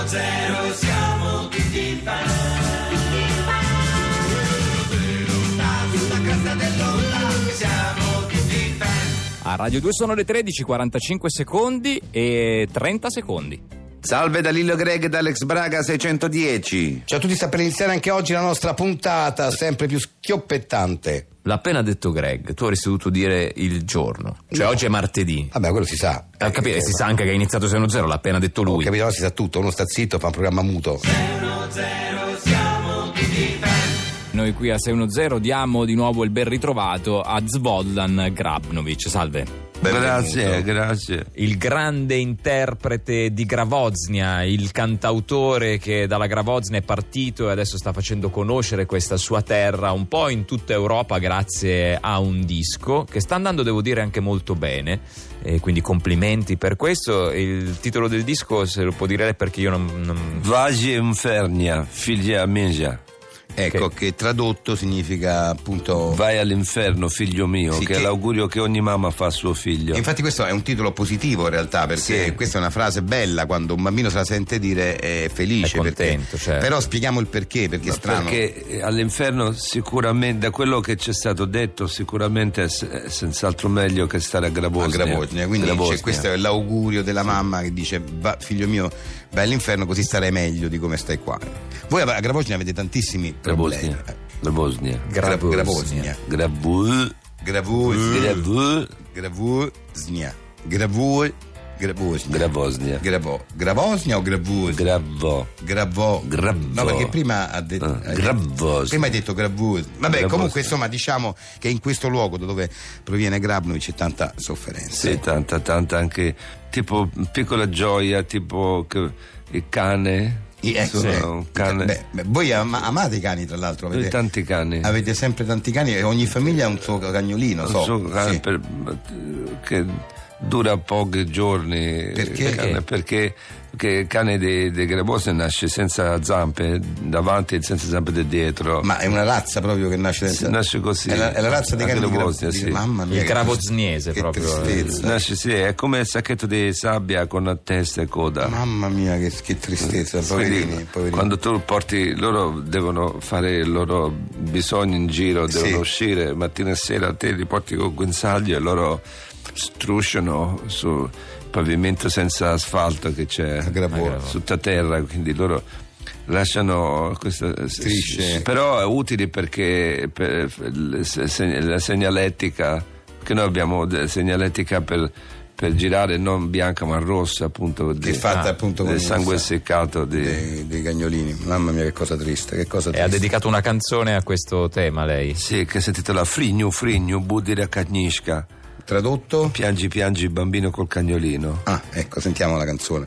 1-0 siamo tutti fan. Sulla cresta dell'onda siamo tutti fan. A Radio 2 sono le 13, 45 secondi e 30 secondi. Salve da Lillo Greg, da Alex Braga 610. Ciao a tutti, sta per iniziare anche oggi la nostra puntata sempre più schioppettante. L'ha appena detto Greg, tu avresti dovuto dire il giorno, cioè No. oggi è martedì. Vabbè, quello si sa. Capire, si sa anche che è iniziato 6-0, l'ha appena detto Ho lui. capito, no, si sa tutto, uno sta zitto, fa un programma muto. 1-0 siamo tutti fan. Noi qui a 610 diamo di nuovo il ben ritrovato a Zvoldan Grabnovic. Salve. Grazie. Il grande interprete di Gravoznia, il cantautore che dalla Gravoznia è partito e adesso sta facendo conoscere questa sua terra un po' in tutta Europa grazie a un disco che sta andando, devo dire, anche molto bene, e quindi complimenti per questo. Il titolo del disco, se lo può dire lei, perché io non... Vagi infernia, figlia mia. Ecco, che tradotto significa appunto... Vai all'inferno, figlio mio, Sì, che è l'augurio che ogni mamma fa a suo figlio. E infatti questo è un titolo positivo in realtà, perché Sì. questa è una frase bella, quando un bambino se la sente dire è felice, È contento, perché... certo. Però spieghiamo il perché è strano. Perché all'inferno sicuramente, da quello che ci è stato detto, sicuramente è senz'altro meglio che stare a Gravoznia. Quindi Gravoznia. questo è l'augurio della mamma che dice figlio mio, vai all'inferno così starai meglio di come stai qua. Voi a Gravoznia avete tantissimi problemi. Gravoznia. Gravoznia. Gravoznia. Gravoznia o Gravuzia? Gravò. No, perché prima ha detto Gravos. prima hai detto Gravuz. Vabbè, Gravos. comunque insomma diciamo che in questo luogo da dove proviene Grabnovic c'è tanta sofferenza. Sì, tanta anche tipo piccola gioia, tipo che il cane. Un cane. Voi amate i cani, tra l'altro, avete Tanti cani. Avete sempre tanti cani e ogni famiglia ha un suo cagnolino, Un suo cane sì. che dura pochi giorni. Perché? Perché il cane di Gravoznia nasce senza zampe davanti e senza zampe da dietro. Ma è una razza proprio che nasce senza... Nasce così. È la razza dei cani di Gravoznia, sì. Mamma mia, Il gravozniese che proprio. tristezza. Nasce, sì, è come il sacchetto di sabbia con testa e coda. Mamma mia, che tristezza, Quindi, poverini. quando tu porti, loro devono fare i loro bisogni in giro, devono uscire mattina e sera, te li porti con guinzaglio e loro strusciano sul pavimento senza asfalto che c'è sotto terra, quindi loro lasciano queste strisce, però è utile perché per la segnaletica, che noi abbiamo segnaletica per girare, non bianca ma rossa, appunto, che è fatta appunto con del sangue seccato dei cagnolini. Mamma mia, che cosa triste, che cosa E triste. ha dedicato una canzone a questo tema lei. sì, che si intitola Frignu, Budire Kagniška. Tradotto? Piangi bambino col cagnolino. Ah, ecco, sentiamo la canzone.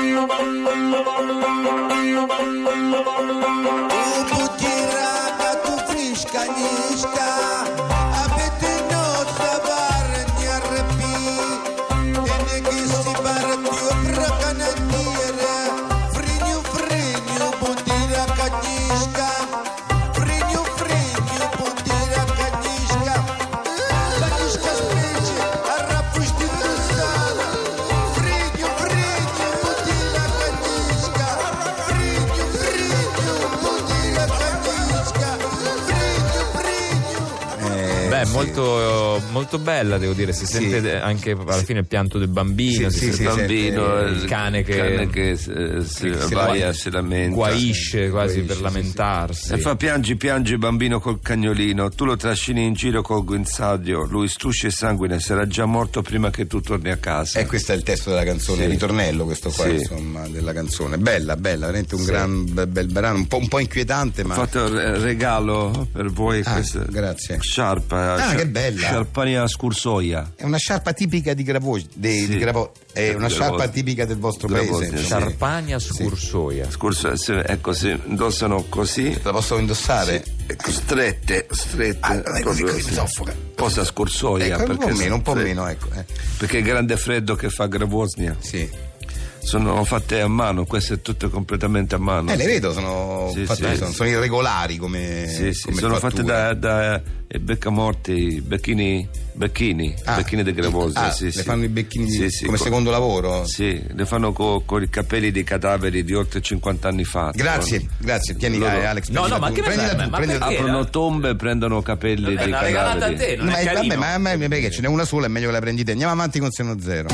Molto, molto bella, devo dire, si sente anche alla fine il pianto del bambino, il bambino, il cane che si lamenta, guaisce quasi per lamentarsi. E fa piangi bambino col cagnolino, tu lo trascini in giro col guinzaglio, lui struscia e sanguine, sarà già morto prima che tu torni a casa. E questo è il testo della canzone, il ritornello questo qua, insomma, della canzone. Bella, veramente un gran bel brano, un po' inquietante, ma... Ho fatto il regalo per voi questa grazie. sciarpa. Che bella! Sciarpania Scursoia. È una sciarpa tipica di Gravoznia, è una sciarpa tipica del vostro paese. Sciarpania Scursoia. Ecco, si indossano così. La posso indossare? Ecco, strette. Così mi soffoca. Posa Scursoia. Un po' meno, ecco. Perché il grande freddo che fa Gravoznia. Sì. Sono fatte a mano, queste è tutto completamente a mano. Le vedo, sono irregolari come sono fatte da beccamorti, becchini di Gravosnia. Le fanno i becchini come secondo lavoro? Sì, le fanno con i capelli dei cadaveri di oltre 50 anni fa. Grazie, tieni Alex. No, ma che aprono tombe, prendono capelli dei cadaveri. A te, non è carino. Ma perché ce n'è una sola, è meglio che la prendi te. Andiamo avanti con Seno Zero.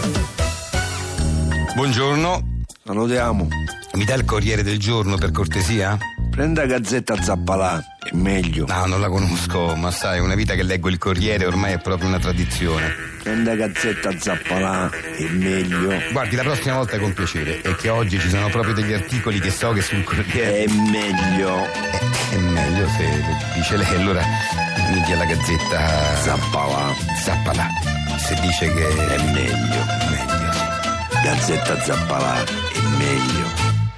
Buongiorno. Salutiamo. Mi dà il Corriere del Giorno per cortesia? Prenda Gazzetta Zappalà, è meglio. No, non la conosco, ma sai, una vita che leggo il Corriere ormai è proprio una tradizione. Prenda Gazzetta Zappalà, è meglio. Guardi, la prossima volta con piacere, è che oggi ci sono proprio degli articoli che so che sul Corriere... È meglio. È meglio se lo dice lei, allora mi dia la Gazzetta... Zappalà. Se dice che... È meglio. Meglio, sì. Gazzetta Zappalà, è meglio.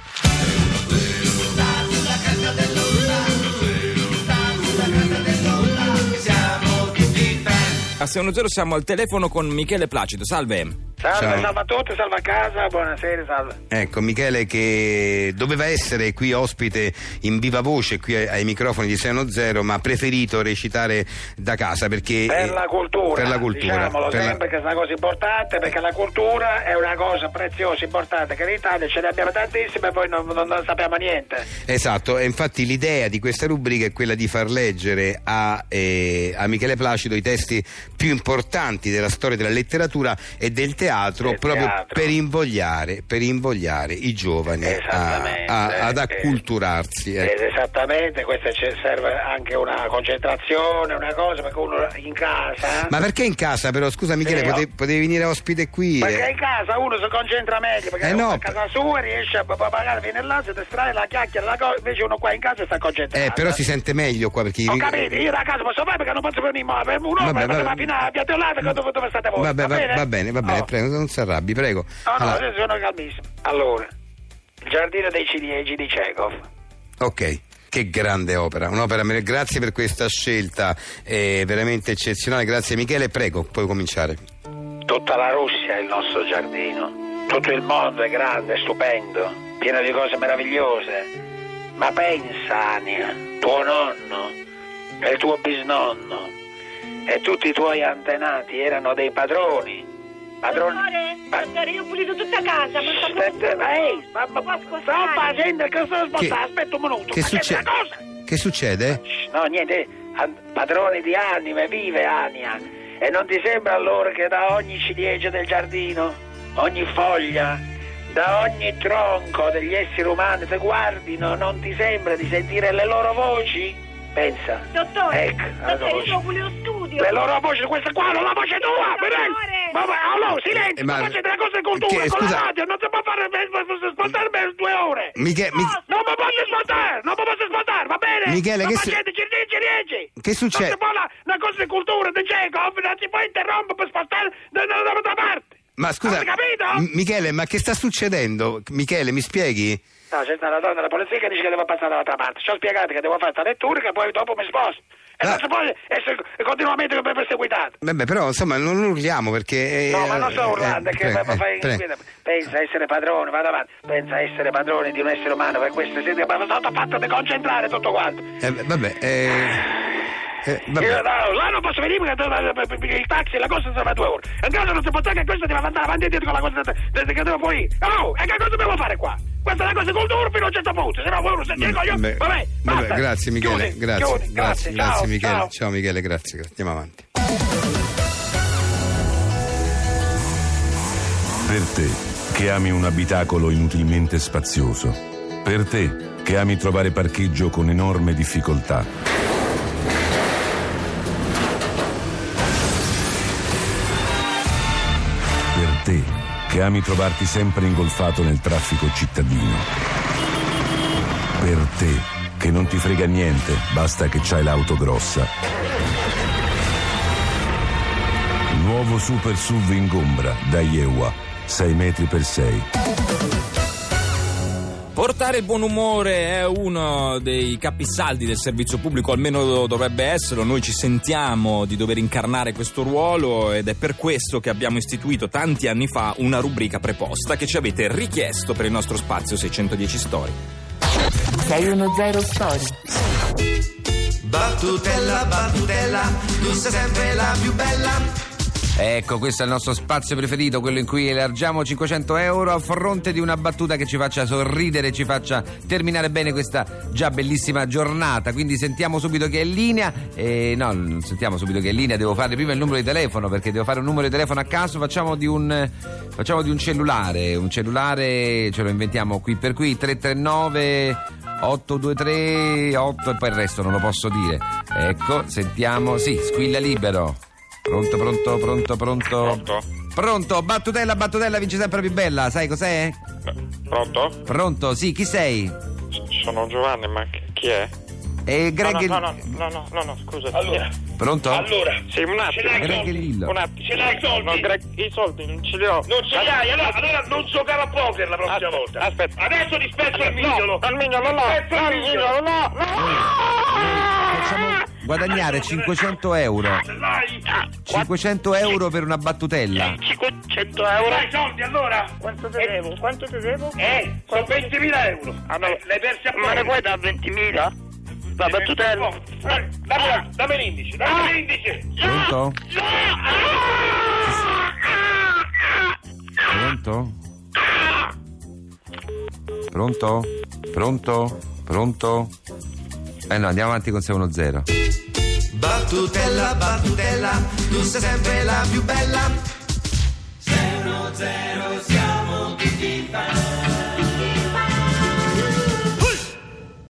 A 610 siamo al telefono con Michele Placido, salve. Salve a tutti, salve a casa, buonasera, salve. Ecco, Michele che doveva essere qui ospite in viva voce qui ai microfoni di 610, ma ha preferito recitare da casa perché... Per la cultura, diciamolo sempre che è una cosa importante, perché la cultura è una cosa preziosa, importante, che in Italia ce ne abbiamo tantissime e poi non sappiamo niente. Esatto, e infatti l'idea di questa rubrica è quella di far leggere a Michele Placido i testi più importanti della storia della letteratura e del teatro, per invogliare i giovani ad acculturarsi. Esattamente, questo serve anche una concentrazione, una cosa, perché uno in casa... Ma perché in casa però? Scusa Michele, potevi venire ospite qui? Perché in casa uno si concentra meglio, perché uno a casa sua riesce magari viene là, si distrae la chiacchiera, invece uno qua in casa sta concentrato. Però si sente meglio qua perché... Ho capito, io da casa posso fare perché non posso venire mai, un'ora fino a Piazza Olata dove state voi. Va bene, prego, non si arrabbi, prego. No, sono calmissimo. Allora, Il giardino dei ciliegi di Chekhov. Ok. Che grande opera, grazie per questa scelta, è veramente eccezionale, grazie Michele, prego, puoi cominciare. Tutta la Russia è il nostro giardino, tutto il mondo è grande, è stupendo, pieno di cose meravigliose, ma pensa Ania, tuo nonno e il tuo bisnonno e tutti i tuoi antenati erano dei padroni. Dottore, io ho pulito tutta casa, ma sto facendo che sto spostando, aspetta un minuto. Che succede? No, niente, padroni di anime, vive Ania. E non ti sembra allora che da ogni ciliegio del giardino, ogni foglia, da ogni tronco degli esseri umani se guardino, non ti sembra di sentire le loro voci? Pensa. Dottore, ecco, io volevo studio. Le loro voci, questa qua non la voce tua, allora, silenzio, ma facete la cosa di cultura, con la radio, non si può fare spostare per 2 ore. Non mi posso spostare, va bene? Michele, che riesci? Che succede? Non si può una cosa di cultura, di Chekhov, non si può interrompere per spostare da parte. Ma scusa, capito? Michele, ma che sta succedendo? Michele, mi spieghi? No, c'è una donna della polizia che dice che devo passare dall'altra parte. Ci ho spiegato che devo fare questa lettura che poi dopo mi sposto. E non si può essere continuamente perseguitato. Beh, però insomma non urliamo perché... No, ma non sto urlando, pensa a essere padrone, vado avanti. Pensa a essere padrone di un essere umano, per questo siete fatto di concentrare tutto quanto. Io là non posso venire perché il taxi, la cosa sarà 2 ore. E ancora non si può dire che questo deve andare avanti e dietro con la cosa che devo poi. E che cosa devo fare qua? Questa è la cosa cultura fino a un certo punto, se no voi non sentite coglione. Vabbè, grazie Michele, chiudi, grazie Michele. Ciao. Ciao Michele, grazie. Andiamo avanti. Per te che ami un abitacolo inutilmente spazioso, per te che ami trovare parcheggio con enorme difficoltà, per te che ami trovarti sempre ingolfato nel traffico cittadino, per te che non ti frega niente, basta che c'hai l'auto grossa. Nuovo Super SUV Ingombra da Ieua, 6 metri per 6. Porta Portare il buon umore è uno dei capisaldi del servizio pubblico, almeno dovrebbe esserlo. Noi ci sentiamo di dover incarnare questo ruolo ed è per questo che abbiamo istituito tanti anni fa una rubrica preposta che ci avete richiesto per il nostro spazio 610 Story. 610 Story. Battutella, battutella, tu sei sempre la più bella. Ecco, questo è il nostro spazio preferito, quello in cui elargiamo 500 euro a fronte di una battuta che ci faccia sorridere, ci faccia terminare bene questa già bellissima giornata. Quindi sentiamo subito che è in linea. No, non sentiamo subito che è in linea, devo fare prima il numero di telefono, perché devo fare un numero di telefono a caso. Facciamo di un cellulare. Un cellulare ce lo inventiamo qui per qui, 339 823 8 e poi il resto non lo posso dire. Ecco, sentiamo. Sì, squilla libero. Pronto? Pronto, battutella, vince sempre la più bella, sai cos'è? Pronto? Pronto, sì, chi sei? Sono Giovanni, ma chi è? Greg. No, scusa. Allora. Pronto? Allora. Sì, un attimo. Greg Lillo. Un attimo. Ce l'hai i soldi? No, Greg, i soldi non ce li ho. Non ce li hai? Allora non giocare a poker la prossima volta. Aspetta. Adesso ti spezzo il mignolo. Al mignolo no. Facciamo guadagnare 500 euro. 500 euro per una battutella. 500 euro? Dai i soldi allora. Quanto te devo? Sono 20.000 euro. Allora, l'hai persi a poco. me ne puoi da 20.000? La battutella? Dammi l'indice, Pronto? Pronto? No, andiamo avanti con 610. Battutella, battutella, tu sei sempre la più bella. 610.